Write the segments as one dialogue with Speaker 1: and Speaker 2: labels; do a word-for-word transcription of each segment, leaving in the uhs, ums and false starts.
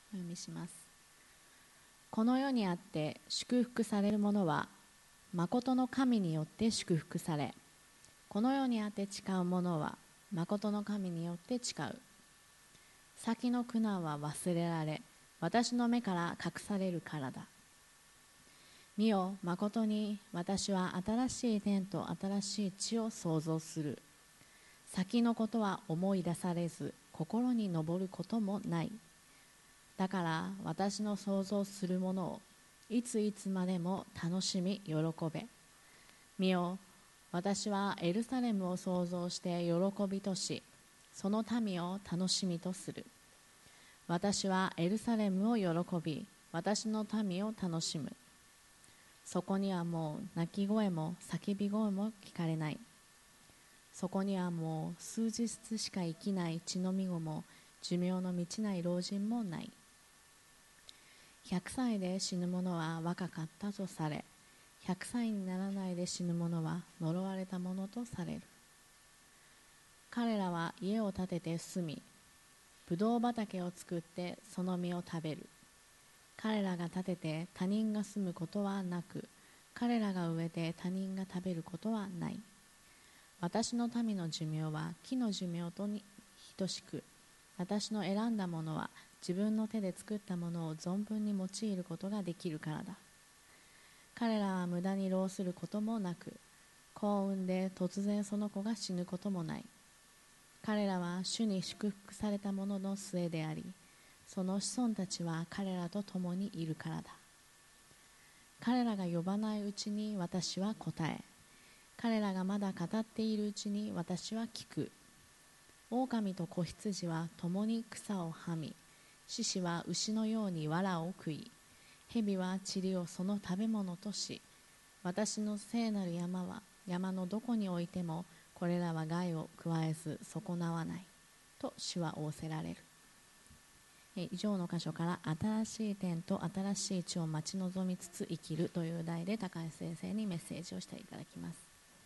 Speaker 1: お読みします。この世にあって祝福されるものは誠の神によって祝福され、この世にあって誓うものは誠の神によって誓う。先の苦難は忘れられ、私の目から隠されるからだ。見よ、誠に私は新しい天と新しい地を創造する。先のことは思い出されず、心に上ることもない。だから私の創造するものをいついつまでも楽しみ喜べ。見よ、私はエルサレムを創造して喜びとし、その民を楽しみとする。私はエルサレムを喜び、私の民を楽しむ。そこにはもう泣き声も叫び声も聞かれない。そこにはもう数日しか生きない血のみ子も寿命の満ちない老人もない。百歳で死ぬ者は若かったとされ、百歳にならないで死ぬ者は呪われたものとされる。彼らは家を建てて住み、ぶどう畑を作ってその実を食べる。彼らが建てて他人が住むことはなく、彼らが植えて他人が食べることはない。私の民の寿命は木の寿命とに等しく、私の選んだものは自分の手で作ったものを存分に用いることができるからだ。彼らは無駄に労することもなく、子を産んで突然その子が死ぬこともない。彼らは主に祝福された者の末であり、その子孫たちは彼らと共にいるからだ。彼らが呼ばないうちに私は答え、彼らがまだ語っているうちに私は聞く。狼と子羊は共に草をはみ、獅子は牛のように藁を食い、蛇は塵をその食べ物とし、私の聖なる山は山のどこに置いてもこれらは害を加えず損なわないと主は仰せられる。以上の箇所から新しい天と新しい地を待ち望みつつ生きるという題で高橋先生にメッセージをしていただきます。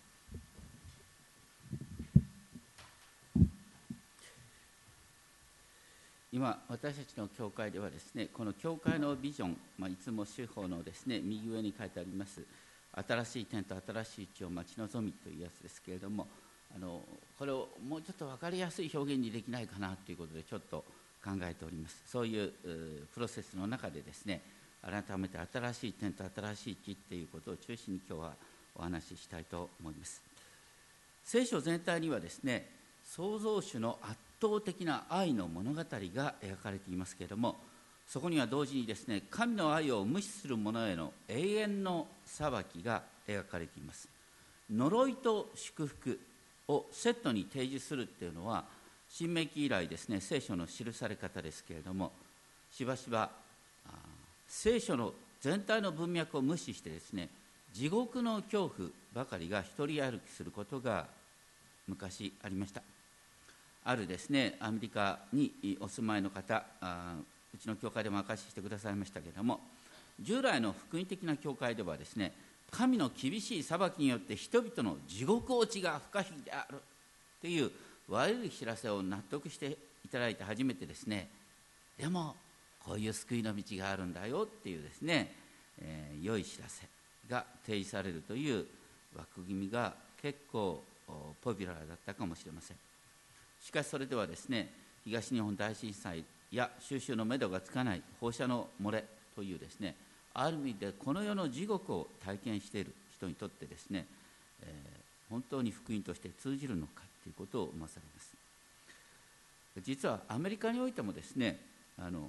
Speaker 2: 今私たちの教会ではですね、この教会のビジョン、まあ、いつも司法のですね右上に書いてあります新しい天と新しい地を待ち望みというやつですけれども、あのこれをもうちょっと分かりやすい表現にできないかなということでちょっと考えております。そういうプロセスの中でですね、改めて新しい天と新しい地っていうことを中心に今日はお話ししたいと思います。聖書全体にはですね、創造主の圧倒的な愛の物語が描かれていますけれども、そこには同時にですね、神の愛を無視する者への永遠の裁きが描かれています。呪いと祝福をセットに提示するっていうのは新明記以来ですね、聖書の記され方ですけれども、しばしば聖書の全体の文脈を無視してですね、地獄の恐怖ばかりが一人歩きすることが昔ありました。あるですね、アメリカにお住まいの方、うちの教会でも明かししてくださいましたけれども、従来の福音的な教会ではですね、神の厳しい裁きによって人々の地獄落ちが不可避であるという悪い知らせを納得していただいて初めてですね、でもこういう救いの道があるんだよっていうですね、えー、良い知らせが提示されるという枠組みが結構ポピュラーだったかもしれません。しかしそれではですね、東日本大震災や収拾のめどがつかない放射能漏れというですね、ある意味でこの世の地獄を体験している人にとってですね、えー、本当に福音として通じるのかということを思わされます。実はアメリカにおいてもですね、あの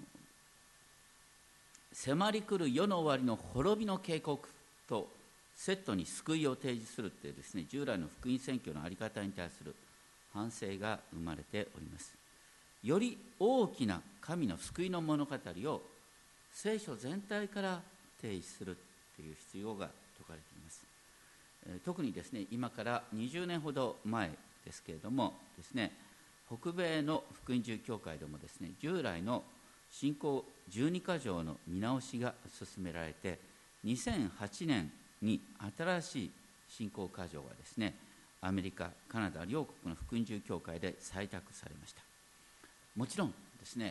Speaker 2: 迫り来る世の終わりの滅びの警告とセットに救いを提示するというですね、従来の福音宣教の在り方に対する反省が生まれております。より大きな神の救いの物語を聖書全体から提示するという必要が説かれています。特にですね、今からにじゅうねんほど前ですけれどもですね、北米の福音住教会でもですね、従来の信仰じゅうにか条の見直しが進められて、にせんはちねんに新しい信仰箇条がですね、アメリカ、カナダ両国の福音住教会で採択されました。もちろんですね、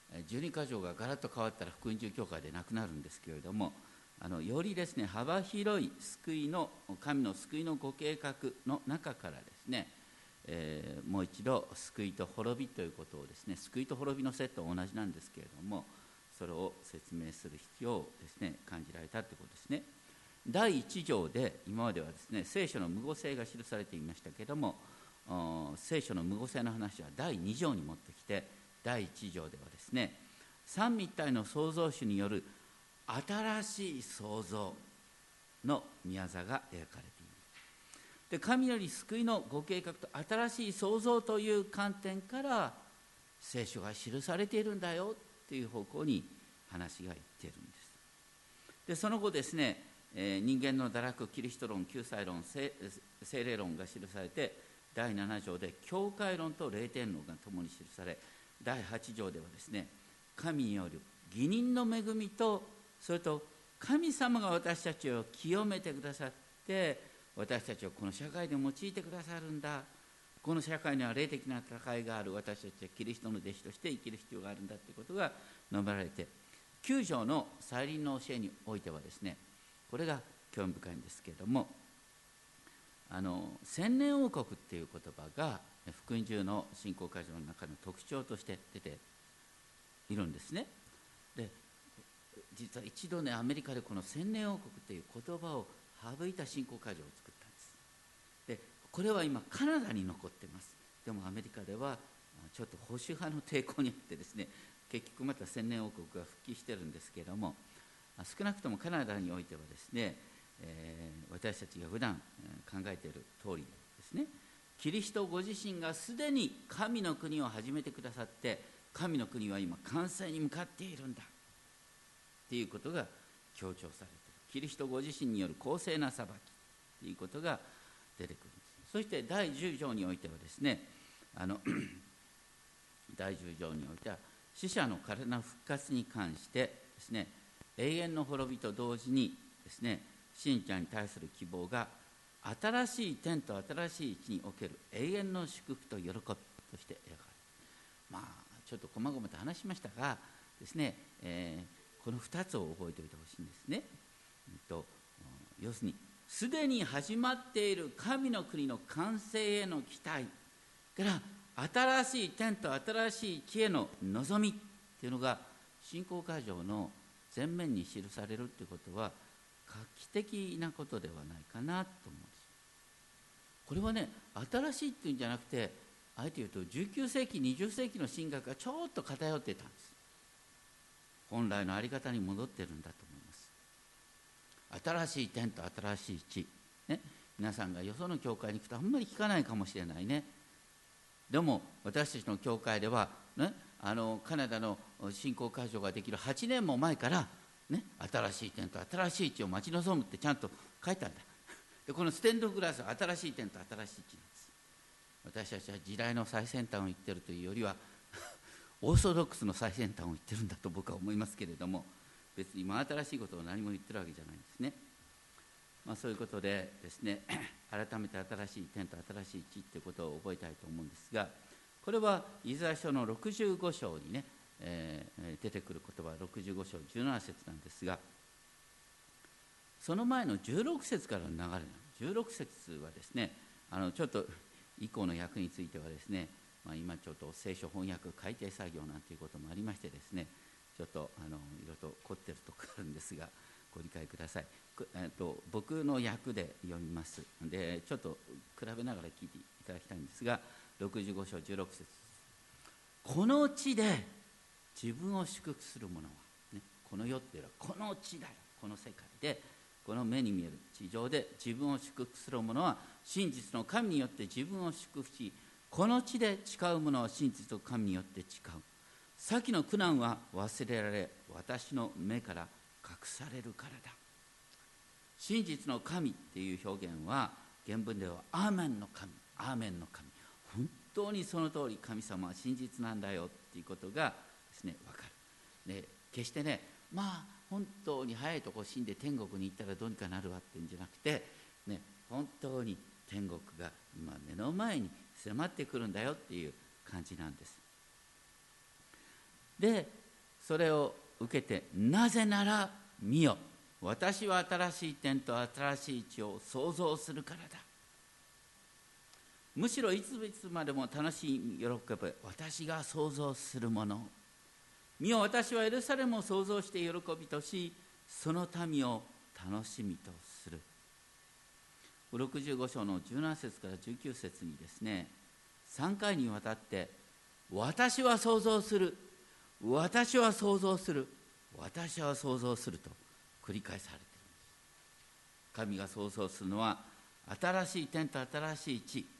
Speaker 2: じゅうにか条がガラッと変わったら福音住教会でなくなるんですけれども、あのよりですね幅広い救いの神の救いのご計画の中からですね、えー、もう一度救いと滅びということをですね、救いと滅びのセットは同じなんですけれども、それを説明する必要をですね感じられたということですね。だいいち条で今まではですね聖書の無語性が記されていましたけれども、聖書の無語性の話はだいに条に持ってきて、だいいち条ではですね三位一体の創造主による新しい創造の宮座が描かれています。で、神より救いのご計画と新しい創造という観点から聖書が記されているんだよという方向に話がいっているんです。で、その後ですね、えー、人間の堕落、キリスト論、救済論、聖霊論が記されて、だいなな条で教会論と霊天論が共に記され、だいはち条ではですね神による義人の恵みと、それと神様が私たちを清めてくださって私たちをこの社会で用いてくださるんだ、この社会には霊的な戦いがある、私たちはキリストの弟子として生きる必要があるんだということが述べられて、きゅう条の再臨の教えにおいてはですね、これが興味深いんですけれども、あの千年王国っていう言葉が福音中の信仰箇条の中の特徴として出ているんですね。で、実は一度ねアメリカでこの千年王国っていう言葉を省いた信仰箇条を作ったんです。で、これは今カナダに残ってます。でもアメリカではちょっと保守派の抵抗にあってですね、結局また千年王国が復帰してるんですけれども、少なくともカナダにおいてはですね、えー、私たちが普段考えている通りですね、キリストご自身がすでに神の国を始めてくださって、神の国は今完成に向かっているんだっていうことが強調されている。キリストご自身による公正な裁きということが出てくるんです。そしてだいじゅう条においてはですね、あのだいじゅう条においては死者の体の復活に関してですね、永遠の滅びと同時にですね、信者に対する希望が新しい天と新しい地における永遠の祝福と喜びとして描かれる。まあちょっと細々と話しましたがですね、えー、このふたつを覚えておいてほしいんですね。えっと、要するにすでに始まっている神の国の完成への期待から新しい天と新しい地への望みっていうのが信仰箇条の前面に記されるということは画期的なことではないかなと思うんです。これはね、新しいっていうんじゃなくて、あえて言うとじゅうきゅう世紀にじゅっ世紀の神学がちょっと偏っていたんです。本来の在り方に戻っているんだと思います。新しい天と新しい地、ね、皆さんがよその教会に行くとあんまり聞かないかもしれないね。でも私たちの教会では、ね、あのカナダの信仰箇条ができるはちねんも前からね、新しい天と新しい地を待ち望むってちゃんと書いてあるんだ。で、このステンドグラスは新しい天と新しい地なんです。私たちは時代の最先端を言ってるというよりはオーソドックスの最先端を言ってるんだと僕は思いますけれども、別に真新しいことを何も言ってるわけじゃないんですね。まあ、そういうことでですね、改めて新しい天と新しい地ということを覚えたいと思うんですが、これはイザヤ書のろくじゅうご章にね、えー、出てくる言葉はろくじゅうご章じゅうなな節なんですが、その前のじゅうろく節からの流れのじゅうろく節はですね、あのちょっと以降の訳についてはですね、まあ、今ちょっと聖書翻訳改訂作業なんていうこともありましてですね、ちょっとあのいろいろと凝ってるところあるんですがご理解ください。えっと、僕の訳で読みますで、ちょっと比べながら聞いていただきたいんですが、ろくじゅうご章じゅうろく節、この地で自分を祝福する者は、ね、この世っていうのはこの地だよ、この世界でこの目に見える地上で自分を祝福する者は真実の神によって自分を祝福し、この地で誓う者は真実の神によって誓う。先の苦難は忘れられ、私の目から隠されるからだ。真実の神っていう表現は原文ではアーメンの神、アーメンの神、本当にその通り神様は真実なんだよっていうことがですね分かる。で、決してね、まあ本当に早いとこ死んで天国に行ったらどうにかなるわっていうんじゃなくて、ね、本当に天国が今目の前に迫ってくるんだよっていう感じなんです。で、 それを受けて、なぜなら見よ、私は新しい天と新しい地を創造するからだ。むしろいついつまでも楽しい喜び、私が創造するもの。見よ、私はエルサレムを創造して喜びとし、その民を楽しみとする。ろくじゅうご章のじゅうなな節からじゅうきゅう節にですね、さんかいにわたって私は創造する、私は創造する、私は創造すると繰り返されているんです。神が創造するのは新しい天と新しい地です。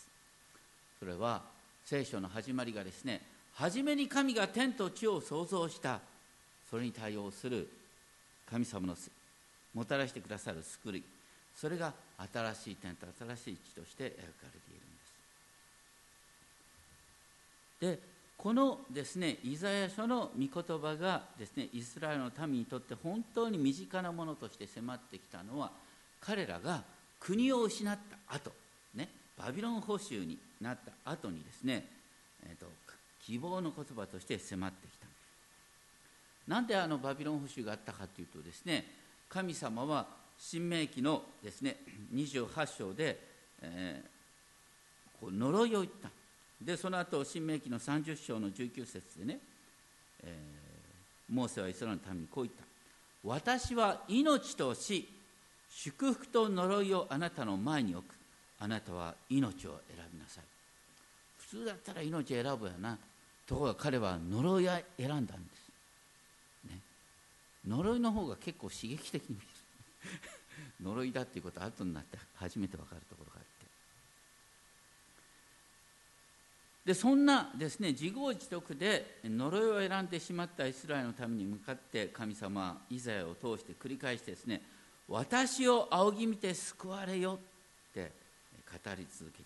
Speaker 2: それは聖書の始まりがですね、初めに神が天と地を創造した、それに対応する神様のもたらしてくださる救い、それが新しい天と新しい地として描かれているんです。で、このですね、イザヤ書の御言葉がですね、イスラエルの民にとって本当に身近なものとして迫ってきたのは、彼らが国を失った後、ね、バビロン捕囚になった後にですね、えーと、希望の言葉として迫ってきた。なんであのバビロン捕囚があったかというとですね、神様は申命記のですねにじゅうはち章で、えー、こう呪いを言った。でその後申命記のさんじゅう章のじゅうきゅう節でね、えー、モーセはイスラエルの民にこう言った。私は命と死、祝福と呪いをあなたの前に置く。あなたは命を選びなさい。普通だったら命を選ぶよな。ところが彼は呪いを選んだんです、ね、呪いの方が結構刺激的に見える呪いだっていうことは後になって初めて分かるところがあって、でそんなですね自業自得で呪いを選んでしまったイスラエルのために向かって神様はイザヤを通して繰り返してですね、私を仰ぎ見て救われよって語り続けている。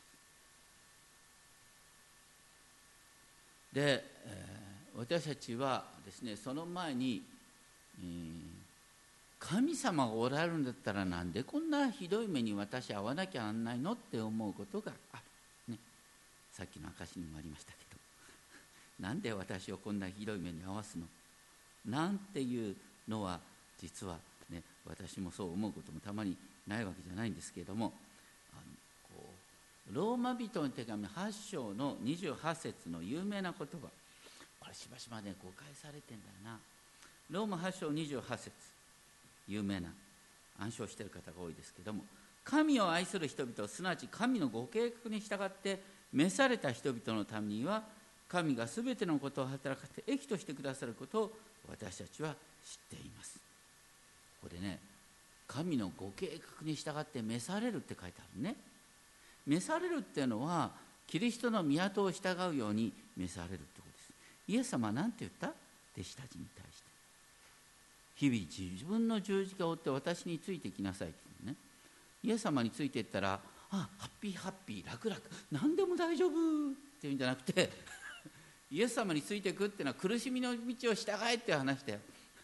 Speaker 2: で、えー、私たちはですねその前に、えー、神様がおられるんだったらなんでこんなひどい目に私会わなきゃなんないのって思うことがある、ね、さっきの証にもありましたけどなんで私をこんなひどい目に遭わすのなんていうのは実はね、私もそう思うこともたまにないわけじゃないんですけれども、あのこうローマ人の手紙はち章のにじゅうはち節の有名な言葉、これしばしばね誤解されてんだよな。ローマはち章にじゅうはち節、有名な暗唱している方が多いですけども、神を愛する人々、すなわち神のご計画に従って召された人々のためには、神がすべてのことを働かせて益としてくださることを私たちは知っています。これね、神のご計画に従って召されるって書いてあるね。召されるっていうのはキリストの御業を従うように召されるってことです。イエス様は何て言った？弟子たちに対して日々自分の十字架を追って私についてきなさいって言うね。イエス様についていったら、あ、ハッピーハッピー、楽々、何でも大丈夫っていうんじゃなくてイエス様についていくっていうのは苦しみの道を従えって話だよ。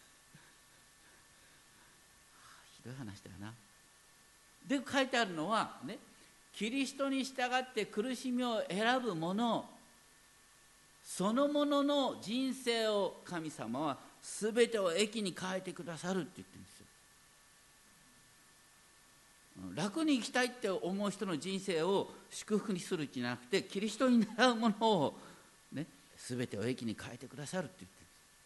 Speaker 2: ひどい話だよな。で書いてあるのはね、キリストに従って苦しみを選ぶ者そのものの人生を神様は全てを益に変えてくださるって言ってるんですよ。楽に生きたいって思う人の人生を祝福にするんじゃなくて、キリストに習うものを、ね、全てを益に変えてくださるって言ってるんです。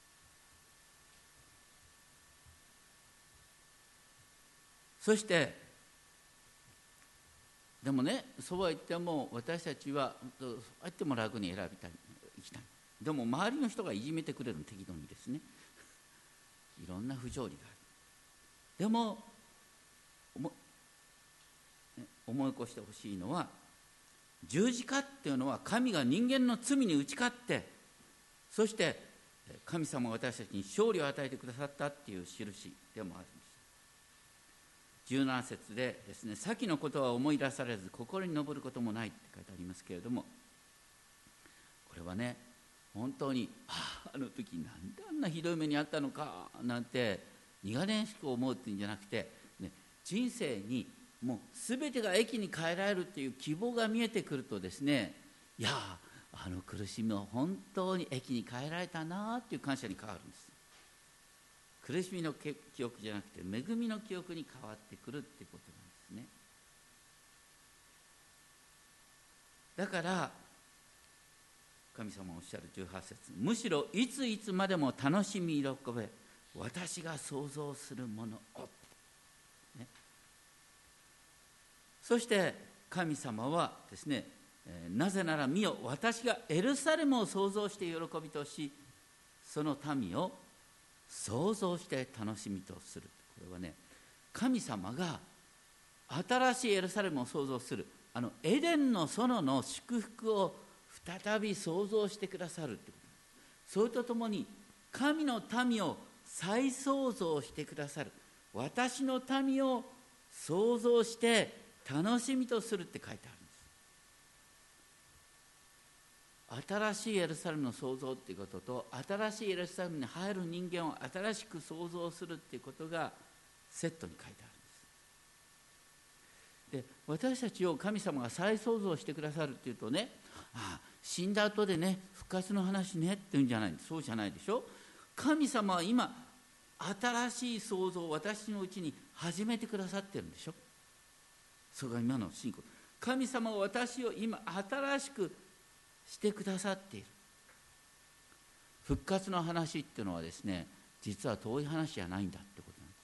Speaker 2: そしてでもね、そうは言っても私たちはそうやっても楽に選びたい、生きたい。でも周りの人がいじめてくれるの適度にですねいろんな不条理がある。でも思い起こしてほしいのは、十字架っていうのは神が人間の罪に打ち勝って、そして神様が私たちに勝利を与えてくださったっていう印でもあるんです。じゅうなな節でですね、先のことは思い出されず心に昇ることもないって書いてありますけれども、これはね、本当にああの時なんであんなひどい目にあったのかなんて苦々しく思うっていうんじゃなくて、ね、人生にもう全てが益に変えられるっていう希望が見えてくるとですね、いやあの苦しみを本当に益に変えられたなっていう感謝に変わるんです。苦しみの記憶じゃなくて恵みの記憶に変わってくるってことなんですね。だから神様おっしゃるじゅうはち節、むしろいついつまでも楽しみ喜べ、私が想像するものを、ね、そして神様はですね、えー、なぜなら見よ、私がエルサレムを創造して喜びとし、その民を創造して楽しみとする。これはね、神様が新しいエルサレムを創造する、あのエデンの園の祝福を再び創造してくださるということです。それとともに神の民を再創造してくださる、私の民を創造して楽しみとするって書いてあるんです。新しいエルサレムの創造っていうことと、新しいエルサレムに入る人間を新しく創造するっていうことがセットに書いてあるんです。で、私たちを神様が再創造してくださるっていうとね、ああ死んだ後でね復活の話ねっていうんじゃない、そうじゃないでしょ。神様は今新しい創造を私のうちに始めてくださってるんでしょ。それが今の信仰。神様は私を今新しくしてくださっている。復活の話っていうのはですね、実は遠い話じゃないんだってことなんです。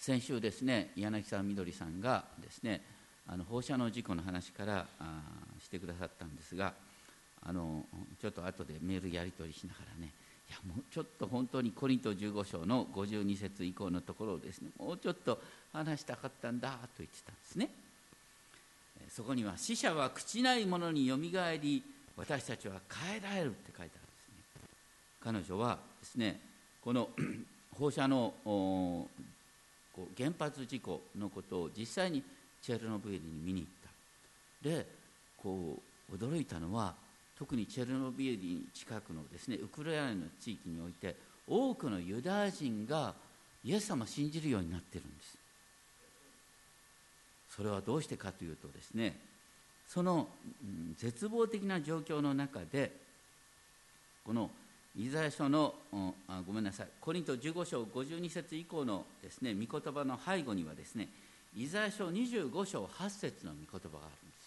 Speaker 2: 先週ですね、柳沢みどりさんがですね、あの放射能事故の話からあしてくださったんですが、あのちょっと後でメールやり取りしながらね、いやもうちょっと本当にコリントじゅうご章のごじゅうに節以降のところをですね、もうちょっと話したかったんだと言ってたんですね。そこには死者は朽ちないものによみがえり、私たちは変えられるって書いてあるんですね。彼女はですね、この放射能こう原発事故のことを実際にチェルノブイリに見に行った。でこう驚いたのは、特にチェルノブイリ近くのですねウクライナの地域において多くのユダヤ人がイエス様を信じるようになっているんです。それはどうしてかというとですね、その、うん、絶望的な状況の中で、このイザヤ書の、うん、あごめんなさいコリントじゅうご章ごじゅうに節以降のですね御言葉の背後にはですね、イザヤ書にじゅうご章はち節の御言葉があるんです。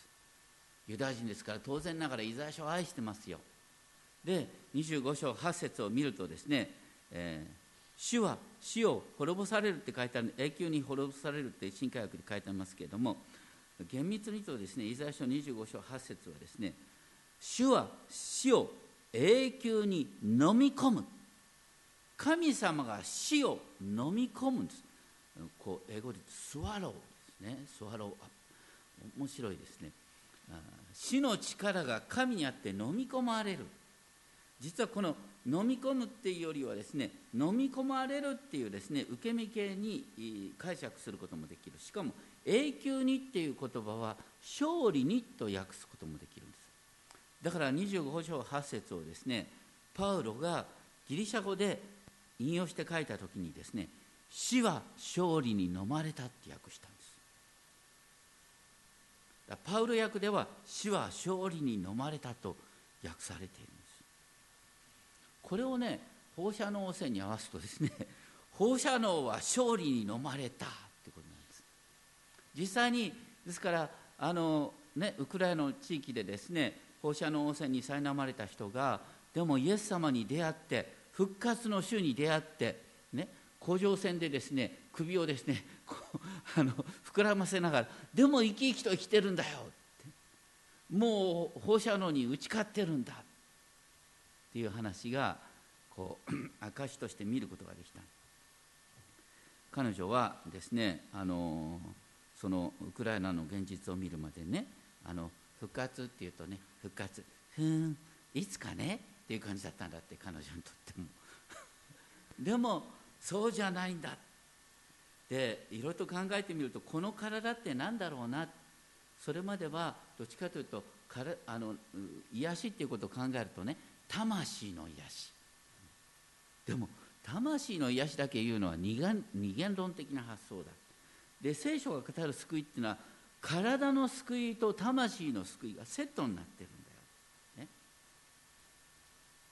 Speaker 2: ユダヤ人ですから当然ながらイザヤ書を愛してますよ。でにじゅうご章はち節を見るとですね、えー、主は死を滅ぼされるって書いてある、永久に滅ぼされるって新海訳で書いてありますけれども、厳密に言うとですね、イザヤ書にじゅうご章はち節はですね、主は死を永久に飲み込む、神様が死を飲み込むんです。こう英語でスワローですね、スワローアップ、面白いですね。死の力が神にあって飲み込まれる。実はこの飲み込むっていうよりはですね、飲み込まれるっていうですね受け身形に解釈することもできる。しかも永久にっていう言葉は勝利にと訳すこともできるんです。だからにじゅうご章はち節をですね、パウロがギリシャ語で引用して書いたときにですね、死は勝利に飲まれたって訳したんです。だパウロ訳では死は勝利に飲まれたと訳されているんです。これをね、放射能汚染に合わすとですね、放射能は勝利に飲まれたってことなんです。実際にですからあの、ね、ウクライナの地域でですね放射能汚染に苛まれた人が、でもイエス様に出会って復活の主に出会ってね、甲状腺でですね首をですねこうあの膨らませながら、でも生き生きと生きてるんだよって、もう放射能に打ち勝ってるんだっていう話がこう証として見ることができた。彼女はですね、あのそのウクライナの現実を見るまでね、あの復活っていうとね、復活ふーんいつかねっていう感じだったんだって、彼女にとってもでもそうじゃないんだで、いろいろと考えてみると、この体って何だろうな、それまではどっちかというとからあの癒しっていうことを考えるとね、魂の癒し。でも魂の癒しだけ言うのは二元、二元論的な発想だ。で聖書が語る救いっていうのは、体の救いと魂の救いがセットになってるんだよ。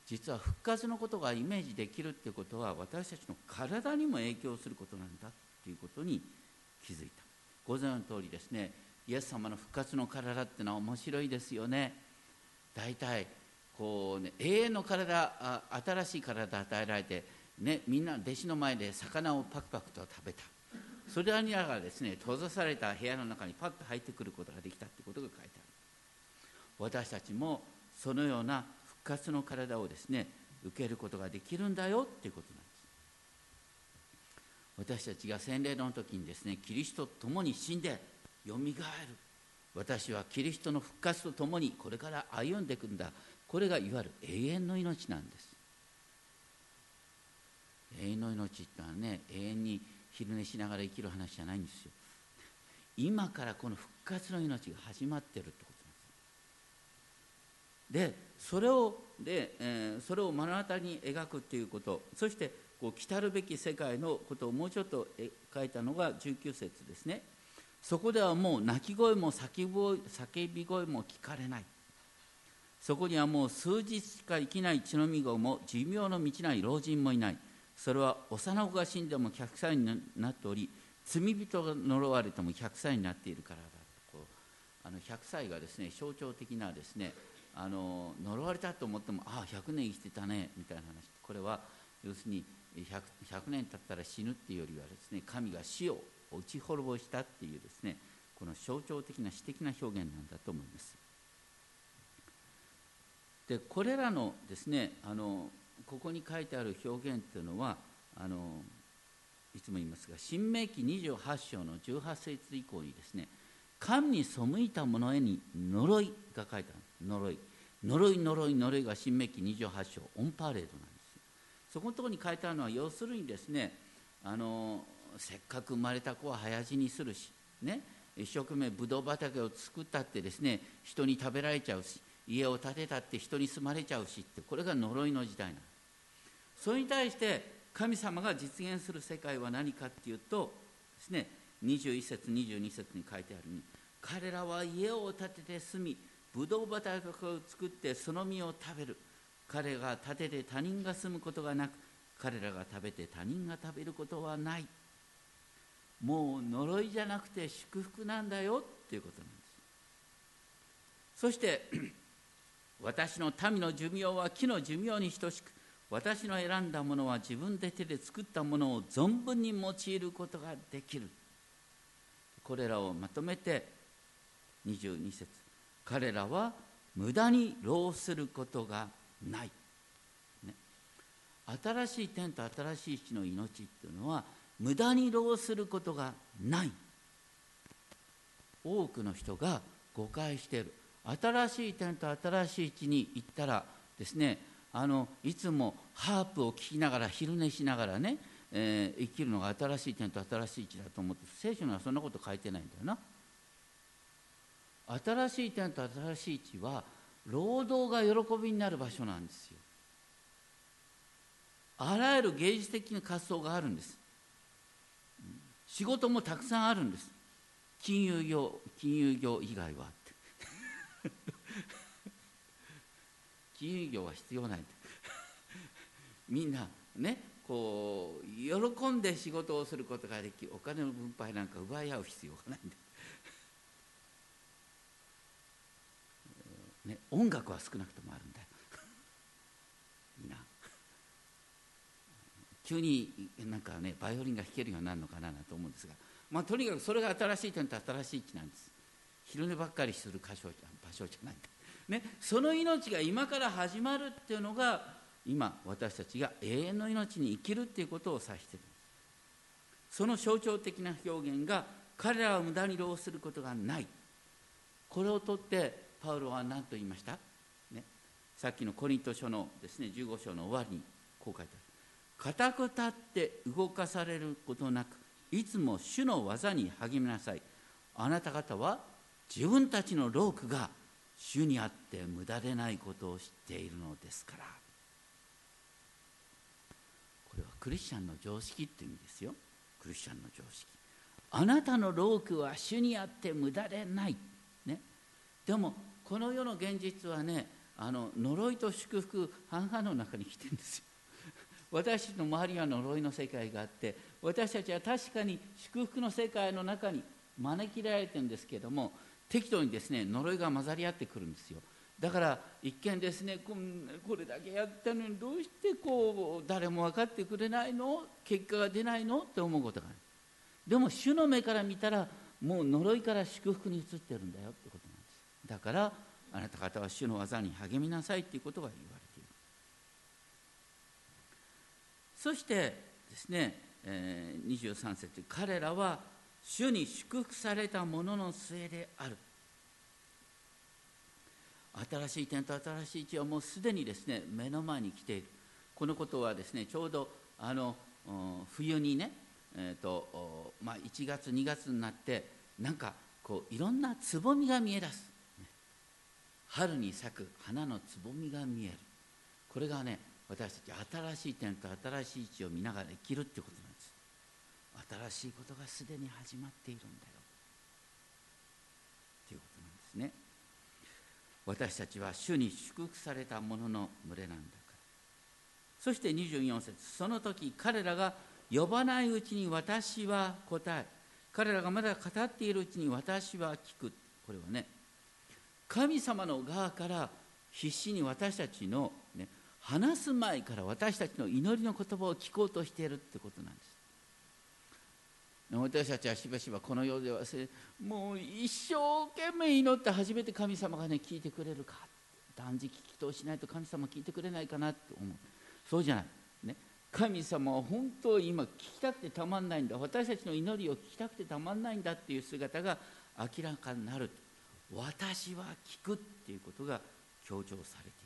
Speaker 2: 実は復活のことがイメージできるっていうことは私たちの体にも影響することなんだっていうことに気づいた。ご存知の通りですね、イエス様の復活の体っていうのは面白いですよね。大体こうね、永遠の体、新しい体与えられて、ね、みんな弟子の前で魚をパクパクと食べた。それを見ながらですね、閉ざされた部屋の中にパッと入ってくることができたということが書いてある。私たちもそのような復活の体をですね、受けることができるんだよということなんです。私たちが洗礼の時にですね、キリストと共に死んでよみがえる。私はキリストの復活とともにこれから歩んでいくんだ。これがいわゆる永遠の命なんです。永遠の命ってのはね、永遠に昼寝しながら生きる話じゃないんですよ。今からこの復活の命が始まってるってことなんです。で、それをで、えー、それを目の当たりに描くっていうこと、そしてこう来たるべき世界のことをもうちょっと書いたのがじゅうきゅう節ですね。そこではもう泣き声も叫び声も聞かれない。そこにはもう数日しか生きない血のみ子も寿命の満ちない老人もいない。それは幼子が死んでもひゃくさいになっており、罪人が呪われてもひゃくさいになっているからだ。こうあのひゃくさいがですね、象徴的なですね、あの呪われたと思っても、ああひゃくねん生きてたねみたいな話。これは要するに 100, ひゃくねん経ったら死ぬっていうよりはですね、神が死を打ち滅ぼしたっていうですね、この象徴的な詩的な表現なんだと思います。でこれらのですね、あのここに書いてある表現というのは、あのいつも言いますが、新明記にじゅうはち章のじゅうはち節以降にですね、神に背いた者へに呪いが書いてある。呪い呪い呪い呪いが新明記にじゅうはち章オンパレードなんです。そこのところに書いてあるのは、要するにですね、あのせっかく生まれた子は早死にするし、ね、一生懸命ブドウ畑を作ったってですね、人に食べられちゃうし、家を建てたって人に住まれちゃうしって、これが呪いの時代なの。それに対して神様が実現する世界は何かっていうとですね、にじゅういち節にじゅうに節に書いてあるように、彼らは家を建てて住み、ブドウ畑を作ってその実を食べる。彼が建てて他人が住むことがなく、彼らが食べて他人が食べることはない。もう呪いじゃなくて祝福なんだよっていうことなんです。そして私の民の寿命は木の寿命に等しく、私の選んだものは自分で手で作ったものを存分に用いることができる。これらをまとめてにじゅうに節、彼らは無駄に労することがない、ね、新しい天と新しい地の命っていうのは無駄に労することがない。多くの人が誤解している。新しい天と新しい地に行ったらですね、あのいつもハープを聴きながら昼寝しながらね、えー、生きるのが新しい天と新しい地だと思って、聖書にはそんなこと書いてないんだよな。新しい天と新しい地は労働が喜びになる場所なんですよ。あらゆる芸術的な活動があるんです。仕事もたくさんあるんです。金融業金融業以外はって金融業は必要ないってみんなね、こう喜んで仕事をすることができ、お金の分配なんか奪い合う必要がないんでね、音楽は少なくともあるんだよいいな。急になんかね、バイオリンが弾けるようになるのかなと思うんですが、まあ、とにかくそれが新しい点と新しい地なんです。昼寝ばっかりする場所じゃ、場所じゃないんだ、ね、その命が今から始まるっていうのが、今私たちが永遠の命に生きるっていうことを指している。その象徴的な表現が、彼らは無駄に労することがない。これをとってパウロは何と言いました、ね、さっきのコリント書のですね、じゅうご章の終わりにこう書いてある。固く立って動かされることなく、いつも主の技に励みなさい。あなた方は自分たちの労苦が主にあって無駄でないことを知っているのですから。これはクリスチャンの常識って意味ですよ。クリスチャンの常識。あなたの労苦は主にあって無駄でない、ね、でもこの世の現実はね、 あの呪いと祝福半々の中に来てるんですよ。私たちの周りは呪いの世界があって、私たちは確かに祝福の世界の中に招きられてるんですけれども、適度にですね呪いが混ざり合ってくるんですよ。だから一見ですね、これだけやったのにどうしてこう誰も分かってくれないの、結果が出ないのって思うことがある。でも主の目から見たらもう呪いから祝福に移ってるんだよってことなんです。だからあなた方は主の技に励みなさいということが言われている。そしてですね、えー、にじゅうさん節、彼らは主に祝福されたものの末である。新しい天と新しい地はもうすでにですね目の前に来ている。このことはですね、ちょうどあの冬にね、えーとまあ、いちがつにがつになってなんかこういろんなつぼみが見え出す、春に咲く花のつぼみが見える。これがね、私たち新しい天と新しい地を見ながら生きるってことなんです。新しいことがすでに始まっているんだよということなんですね。私たちは主に祝福されたものの群れなんだから。そしてにじゅうよん節、その時彼らが呼ばないうちに私は答え、彼らがまだ語っているうちに私は聞く。これはね、神様の側から必死に私たちの、ね、話す前から私たちの祈りの言葉を聞こうとしているってことなんです。私たちはしばしばこの世ではもう一生懸命祈って初めて神様がね聞いてくれるか、断食祈祷しないと神様聞いてくれないかなって思う。そうじゃない、ね、神様は本当に今聞きたくてたまんないんだ、私たちの祈りを聞きたくてたまんないんだっていう姿が明らかになる。私は聞くっていうことが強調されてい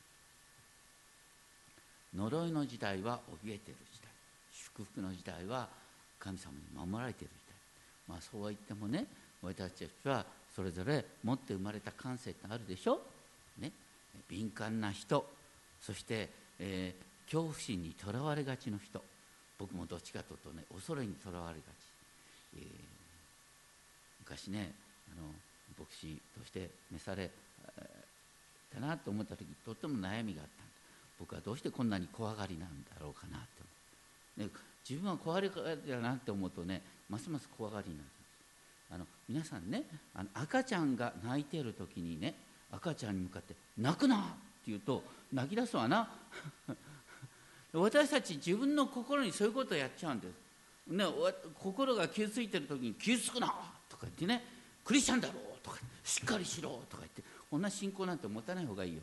Speaker 2: る。呪いの時代は怯えている時代、祝福の時代は神様に守られている時代。まあそうは言ってもね、私たちはそれぞれ持って生まれた感性ってあるでしょ、ね、敏感な人、そして、えー、恐怖心にとらわれがちの人。僕もどっちかというとね、恐れにとらわれがち、えー、昔ね、あの牧師として召されたなと思った時、とっても悩みがあったんだ。僕はどうしてこんなに怖がりなんだろうかなって思う、ね、自分は怖がりだなって思うとね、ますます怖がりになるんです。あの皆さんね、あの赤ちゃんが泣いている時にね、赤ちゃんに向かって泣くなって言うと泣き出すわな私たち自分の心にそういうことをやっちゃうんです、ね、心が傷ついてる時に傷つくなとか言ってね、クリスチャンだろうとかしっかりしろとか言って、こんな信仰なんて持たない方がいいよ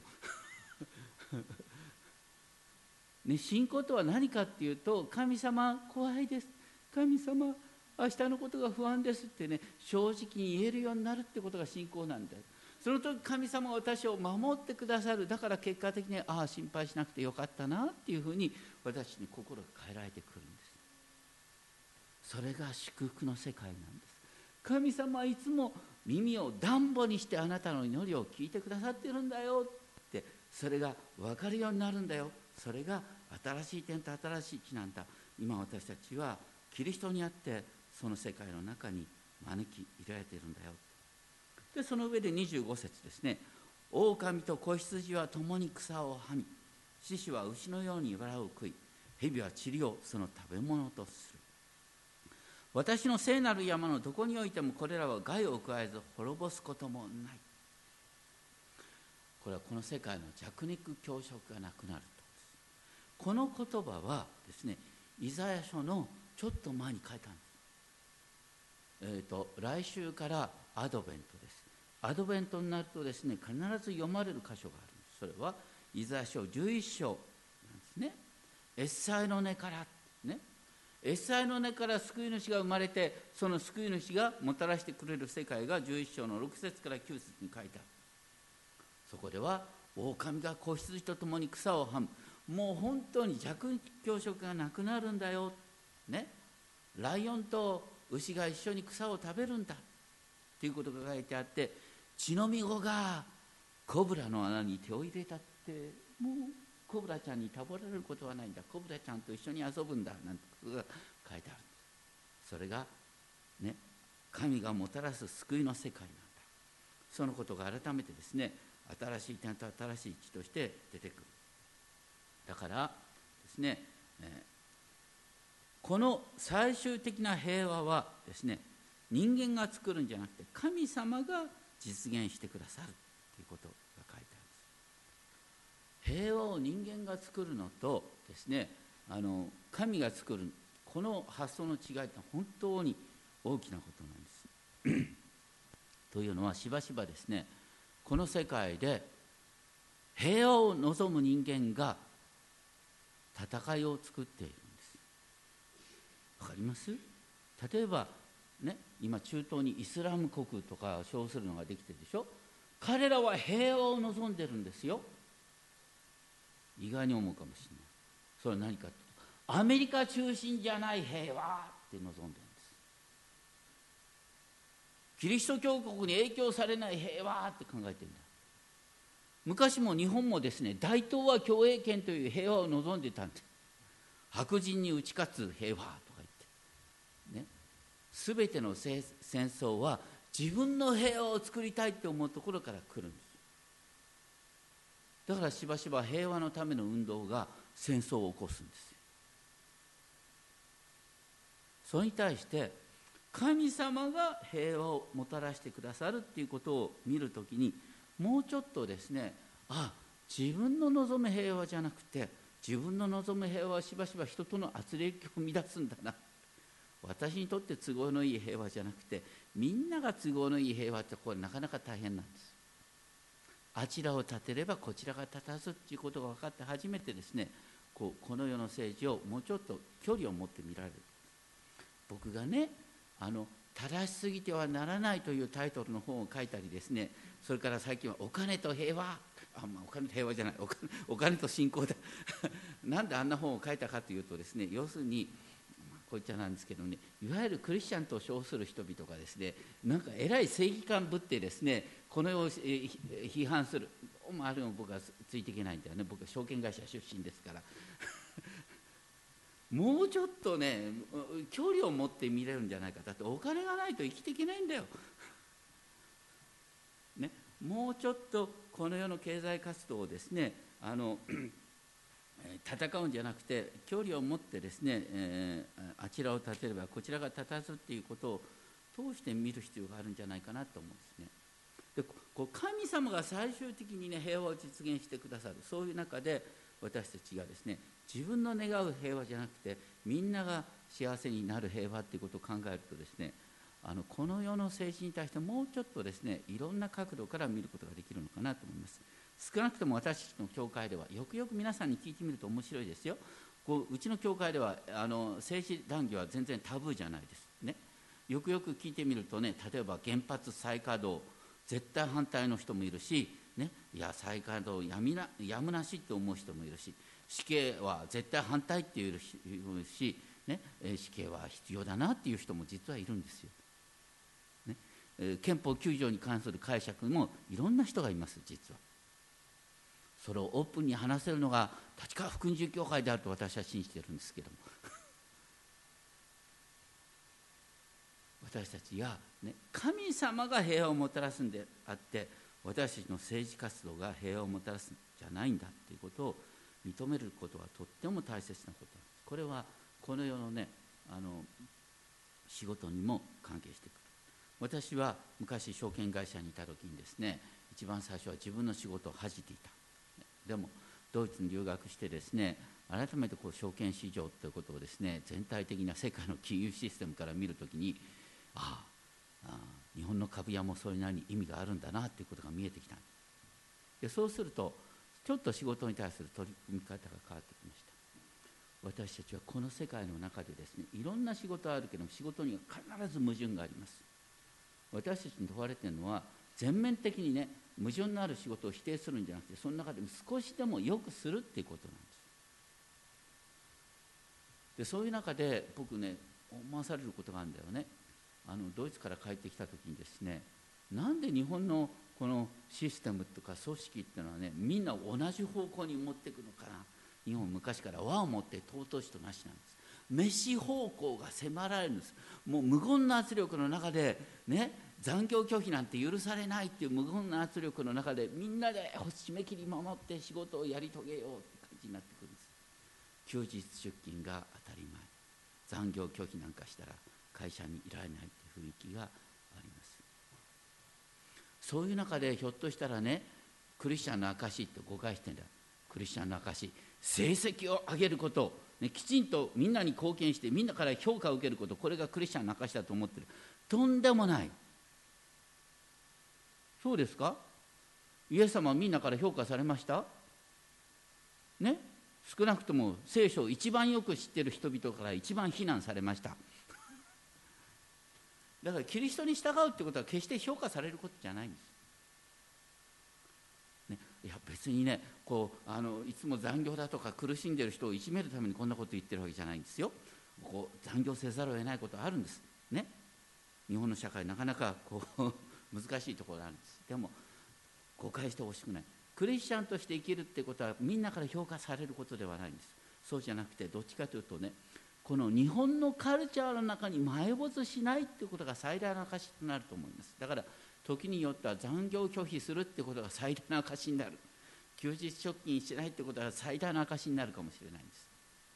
Speaker 2: ね、信仰とは何かっていうと、神様怖いです、神様明日のことが不安ですってね、正直に言えるようになるってことが信仰なんだよ。その時神様が私を守ってくださる。だから結果的にああ心配しなくてよかったなっていうふうに私に心が変えられてくるんです。それが祝福の世界なんです。神様はいつも耳を暖房にしてあなたの祈りを聞いてくださってるんだよって、それが分かるようになるんだよ。それが新しい天と新しい地なんだ。今私たちはキリストにあってその世界の中に招き入れられているんだよ。でその上でにじゅうご節ですね、狼と子羊は共に草をはみ、獅子は牛のように藁を食い、蛇は塵をその食べ物とする。私の聖なる山のどこにおいてもこれらは害を加えず滅ぼすこともない。これはこの世界の弱肉強食がなくなると。この言葉はですね、イザヤ書のちょっと前に書いたんです。えーと、来週からアドベントです。アドベントになるとですね、必ず読まれる箇所があるんです。それはイザヤ書じゅういっ章なんですね。エッサイの根からね、エッサイの根から救い主が生まれて、その救い主がもたらしてくれる世界がじゅういっ章のろく節からきゅう節に書いてある。そこでは狼が子羊と共に草をはむ、もう本当に弱肉強食がなくなるんだよ、ね、ライオンと牛が一緒に草を食べるんだということが書いてあって、血のみ子がコブラの穴に手を入れたって、もうコブラちゃんに食べられることはないんだ、コブラちゃんと一緒に遊ぶんだなんてことが書いてある。それがね、神がもたらす救いの世界なんだ。そのことが改めてですね、 新しい天と新しい地として出てくる。だからですね、えー、この最終的な平和はですね、人間が作るんじゃなくて神様が実現してくださるということが書いてあるんです。平和を人間が作るのとですね、あの神が作るこの発想の違いって本当に大きなことなんです。というのはしばしばですね、この世界で平和を望む人間が戦いを作っているんです。わかります？例えばね、今中東にイスラム国とか称するのができてるでしょ。彼らは平和を望んでるんですよ。意外に思うかもしれない。それは何かというと、アメリカ中心じゃない平和って望んでるんです。キリスト教国に影響されない平和って考えてるんだ。昔も日本もですね、大東亜共栄圏という平和を望んでたんです。白人に打ち勝つ平和とか言ってね、すべての戦争は自分の平和を作りたいって思うところから来るんです。だからしばしば平和のための運動が戦争を起こすんですよ。それに対して神様が平和をもたらしてくださるっていうことを見るときに、もうちょっとですね、あ、自分の望む平和じゃなくて、自分の望む平和はしばしば人との圧力を生み出すんだな。私にとって都合のいい平和じゃなくて、みんなが都合のいい平和ってこれなかなか大変なんです。あちらを立てればこちらが立たずっていうことが分かって初めてですね、こうこの世の政治をもうちょっと距離を持って見られる。僕がね、あの正しすぎてはならないというタイトルの本を書いたりですね、それから最近はお金と平和、あ、まあ、お金と平和じゃない、お金、お金と信仰だなんであんな本を書いたかというとですね、要するにこう言っちゃなんですけどね、いわゆるクリスチャンと称する人々がですね、なんかえらい正義感ぶってですね、この世を批判する、あれも僕はついていけないんだよね。僕は証券会社出身ですからもうちょっとね、距離を持って見れるんじゃないか。だってお金がないと生きていけないんだよ、ね、もうちょっとこの世の経済活動をですね、あの戦うんじゃなくて距離を持ってですね、えー、あちらを立てればこちらが立たずっていうことを通して見る必要があるんじゃないかなと思うんですね。でこう神様が最終的にね、平和を実現してくださる、そういう中で私たちがですね、自分の願う平和じゃなくてみんなが幸せになる平和っていうことを考えるとですね、あのこの世の政治に対してもうちょっとですね、いろんな角度から見ることができるのかなと思います。少なくとも私たちの教会ではよくよく皆さんに聞いてみると面白いですよ。こううちの教会ではあの政治談義は全然タブーじゃないですね。よくよく聞いてみるとね、例えば原発再稼働絶対反対の人もいるし、ね、いや再稼働やみなやむなしって思う人もいるし、死刑は絶対反対っていうし、ね、死刑は必要だなっていう人も実はいるんですよ、ね、え憲法きゅう条に関する解釈もいろんな人がいます。実はそれをオープンに話せるのが立川福音住教会であると私は信じているんですけども私たちが、ね、神様が平和をもたらすんであって、私たちの政治活動が平和をもたらすんじゃないんだということを認めることはとっても大切なことです。これはこの世のね、あの仕事にも関係してくる。私は昔証券会社にいた時にですね、一番最初は自分の仕事を恥じていた。でもドイツに留学してですね、改めてこう証券市場ということをですね、全体的な世界の金融システムから見るときに、ああ、日本の株屋もそれなりに意味があるんだなということが見えてきた。でそうするとちょっと仕事に対する取り組み方が変わってきました。私たちはこの世界の中でですね、いろんな仕事あるけども、仕事には必ず矛盾があります。私たちに問われているのは、全面的にね、矛盾のある仕事を否定するんじゃなくて、その中でも少しでも良くするっていうことなんです。でそういう中で僕ね、思わされることがあるんだよね。あのドイツから帰ってきた時にですね、なんで日本のこのシステムとか組織っていうのはね、みんな同じ方向に持っていくのかな。日本昔から和をもって尊しとなしなんです。飯方向が迫られるんです。もう無言の圧力の中でね、 残業拒否なんて許されないっていう無言な圧力の中でみんなで締め切り守って仕事をやり遂げようって感じになってくるんです。休日出勤が当たり前、残業拒否なんかしたら会社にいられないっていう雰囲気があります。そういう中でひょっとしたらね、クリスチャンの証って誤解してんだ。クリスチャンの証、成績を上げること、ね、きちんとみんなに貢献してみんなから評価を受けること、これがクリスチャンの証だと思ってる。とんでもない。そうですか？イエス様はみんなから評価されましたね。少なくとも聖書を一番よく知っている人々から一番非難されましただからキリストに従うってことは決して評価されることじゃないんです、ね、いや別にねこうあのいつも残業だとか苦しんでいる人をいじめるためにこんなこと言ってるわけじゃないんですよ。こう残業せざるを得ないことはあるんですね。日本の社会なかなかこう難しいところがあるんです。でも誤解してほしくない。クリスチャンとして生きるってことはみんなから評価されることではないんです。そうじゃなくてどっちかというとね、この日本のカルチャーの中に埋没しないっていうことが最大の証となると思います。だから時によっては残業拒否するってことが最大の証になる。休日出勤しないってことが最大の証になるかもしれないんです。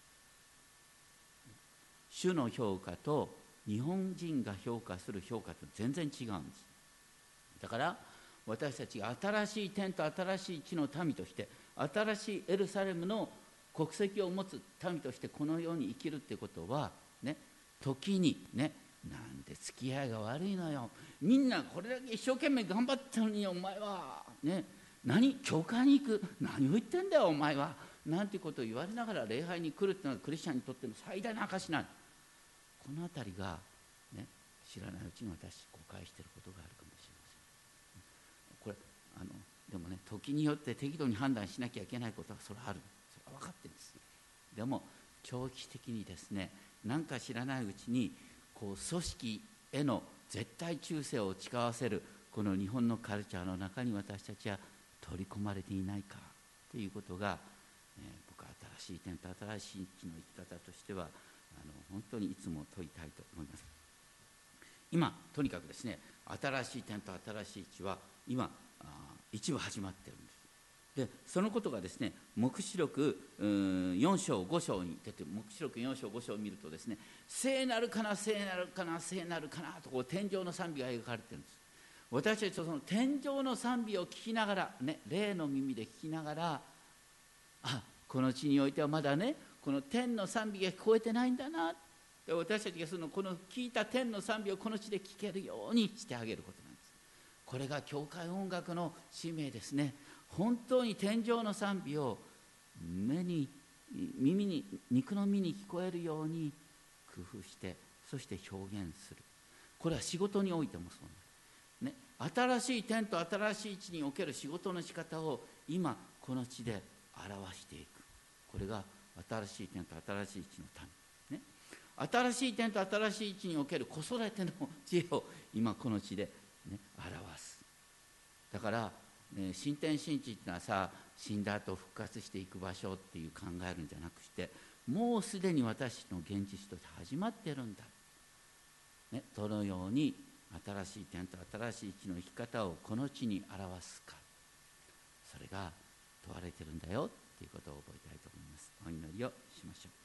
Speaker 2: 主の評価と日本人が評価する評価と全然違うんです。だから私たちが新しい天と新しい地の民として新しいエルサレムの国籍を持つ民としてこの世に生きるってことはね、時にね、なんで付き合いが悪いのよ、みんなこれだけ一生懸命頑張ったのにお前はね、何教会に行く、何を言ってんだよお前はなんてことを言われながら礼拝に来るっていうのはクリスチャンにとっての最大の証なんです。このあたりが、ね、知らないうちに私誤解していることがあるかもしれません。これあのでもね、時によって適度に判断しなきゃいけないことはそれはある、それは分かってるんです。でも長期的にですね、なんか知らないうちにこう組織への絶対忠誠を誓わせるこの日本のカルチャーの中に私たちは取り込まれていないかということが、えー、僕は新しい点と新しい地の生き方としてはあの本当にいつも問いたいと思います。今とにかくですね、新しい点と新しい地は今一部始まっているんです。でそのことがですね、黙示録よん章ご章に出て、黙示録よん章ご章を見るとですね、聖なるかな聖なるかな聖なるかなとこう天上の賛美が描かれているんです。私たちはその天上の賛美を聞きながらね、霊の耳で聞きながら、あ、この地においてはまだねこの天の賛美が聞こえてないんだな、私たちがそのこの聞いた天の賛美をこの地で聞けるようにしてあげることなんです。これが教会音楽の使命ですね。本当に天上の賛美を目に耳に肉の身に聞こえるように工夫して、そして表現する。これは仕事においてもそうね。新しい天と新しい地における仕事の仕方を今この地で表していく。これが新しい天と新しい地の民、ね、新しい天と新しい地における子育ての知恵を今この地で、ね、表す。だから、ね、新天新地っていうのはさ、死んだ後復活していく場所っていう考えるんじゃなくして、もうすでに私の現実として始まってるんだ、ね、どのように新しい天と新しい地の生き方をこの地に表すか、それが問われてるんだよということを覚えたいと思います。お祈りをしましょう。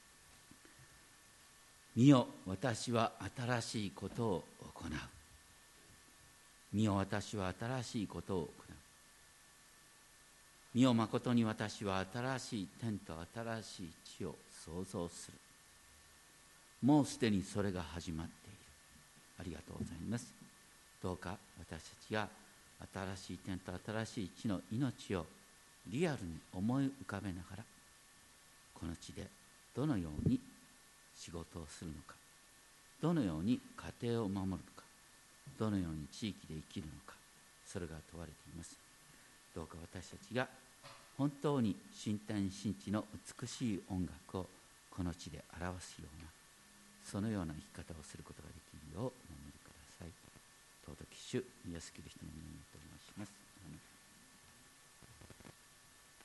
Speaker 2: 見よ、私は新しいことを行う。見よ、私は新しいことを行う。見よ、まことに私は新しい天と新しい地を創造する。もうすでにそれが始まっている。ありがとうございます。どうか私たちが新しい天と新しい地の命をリアルに思い浮かべながら、この地でどのように仕事をするのか、どのように家庭を守るのか、どのように地域で生きるのか、それが問われています。どうか私たちが本当に新天新地の美しい音楽をこの地で表すような、そのような生き方をすることができるようお守りください。尊き主イエスキリストの名によってお願いします。